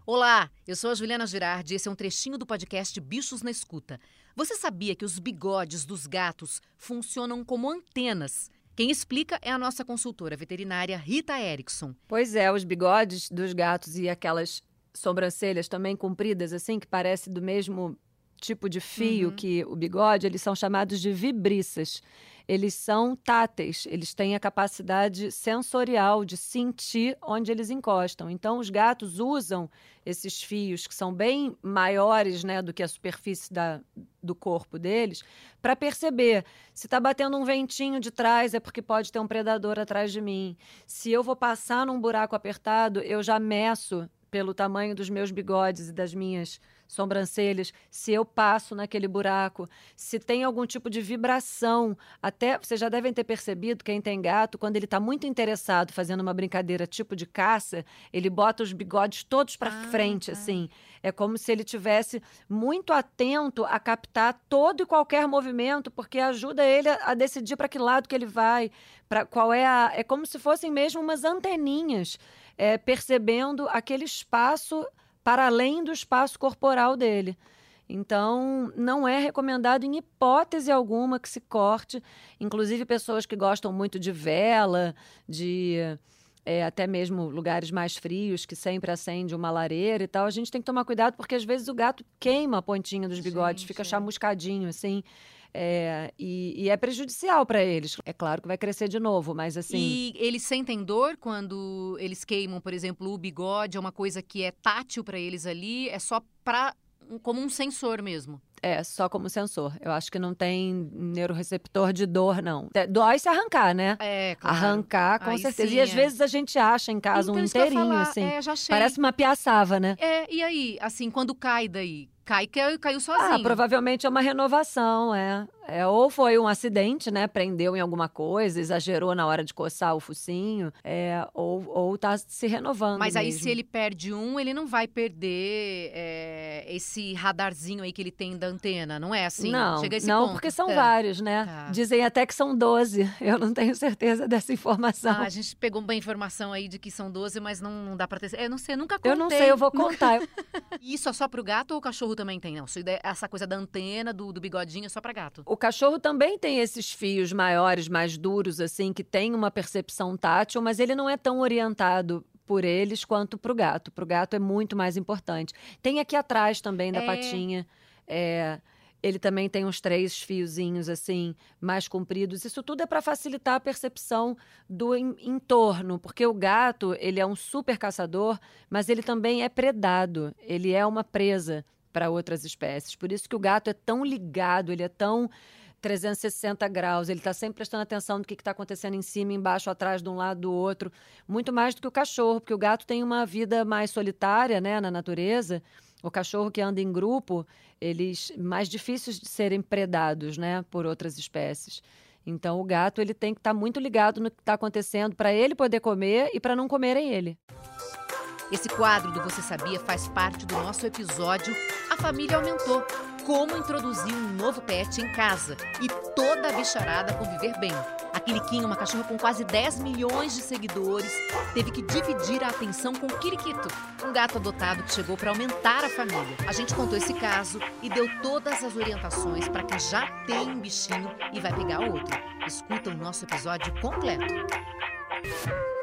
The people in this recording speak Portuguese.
Olá, eu sou a Juliana Girardi e esse é um trechinho do podcast Bichos na Escuta. Você sabia que os bigodes dos gatos funcionam como antenas? Quem explica é a nossa consultora veterinária Rita Erickson. Pois é, os bigodes dos gatos e aquelas sobrancelhas também compridas, assim, que parece do mesmo tipo de fio que o bigode, eles são chamados de vibriças. Eles são táteis, eles têm a capacidade sensorial de sentir onde eles encostam. Então, os gatos usam esses fios, que são bem maiores, né, do que a superfície do corpo deles, para perceber se está batendo um ventinho de trás, é porque pode ter um predador atrás de mim. Se eu vou passar num buraco apertado, eu já meço pelo tamanho dos meus bigodes e das minhas sobrancelhas, se eu passo naquele buraco, se tem algum tipo de vibração. Até vocês já devem ter percebido, quem tem gato, quando ele está muito interessado fazendo uma brincadeira tipo de caça, ele bota os bigodes todos para frente, assim. É como se ele tivesse muito atento a captar todo e qualquer movimento, porque ajuda ele a decidir para que lado que ele vai, para qual é é como se fossem mesmo umas anteninhas, percebendo aquele espaço para além do espaço corporal dele. Então, não é recomendado em hipótese alguma que se corte. Inclusive, pessoas que gostam muito de vela, de até mesmo lugares mais frios, que sempre acende uma lareira e tal, a gente tem que tomar cuidado, porque às vezes o gato queima a pontinha dos bigodes, fica chamuscadinho, assim. E é prejudicial para eles. É claro que vai crescer de novo, mas assim... E eles sentem dor quando eles queimam, por exemplo, o bigode? É uma coisa que é tátil para eles ali? É só como um sensor mesmo? É, só como sensor. Eu acho que não tem neuroreceptor de dor, não. Dói se arrancar, né? É, claro. Arrancar, com aí certeza. Sim, e às vezes a gente acha em casa então, um isso que eu ia inteirinho, falar. assim. Já achei. Parece uma piaçava, né? E aí, assim, quando cai daí? Caiu sozinho. Provavelmente é uma renovação, ou foi um acidente, né? Prendeu em alguma coisa, exagerou na hora de coçar o focinho, ou tá se renovando. Mas aí, mesmo. se ele perde ele não vai perder esse radarzinho aí que ele tem da antena, não é assim? Não, chega a esse não, ponto. porque são vários, né? Tá. Dizem até que são 12. Eu não tenho certeza dessa informação. A gente pegou uma informação aí de que são 12, mas não dá pra ter... Eu não sei, nunca contei. Eu não sei, eu vou contar. E isso é só pro gato ou o cachorro também tem? Não, essa coisa da antena, do bigodinho, é só pra gato. O cachorro também tem esses fios maiores, mais duros, assim, que tem uma percepção tátil, mas ele não é tão orientado por eles quanto pro gato. Pro gato é muito mais importante. Tem aqui atrás também da patinha. Ele também tem uns 3 fiozinhos, assim, mais compridos. Isso tudo é para facilitar a percepção do entorno, porque o gato, ele é um super caçador, mas ele também é predado. Ele é uma presa para outras espécies. Por isso que o gato é tão ligado, ele é tão 360 graus, ele está sempre prestando atenção no que está acontecendo em cima, embaixo, atrás, de um lado, do outro. Muito mais do que o cachorro, porque o gato tem uma vida mais solitária, né, na natureza. O cachorro que anda em grupo, eles mais difíceis de serem predados, né, por outras espécies. Então, o gato ele tem que estar muito ligado no que está acontecendo para ele poder comer e para não comerem ele. Esse quadro do Você Sabia faz parte do nosso episódio A Família Aumentou. Como introduzir um novo pet em casa e toda a bicharada conviver bem. A Quiriquinha, uma cachorra com quase 10 milhões de seguidores, teve que dividir a atenção com o Quiriquito, um gato adotado que chegou para aumentar a família. A gente contou esse caso e deu todas as orientações para quem já tem um bichinho e vai pegar outro. Escuta o nosso episódio completo.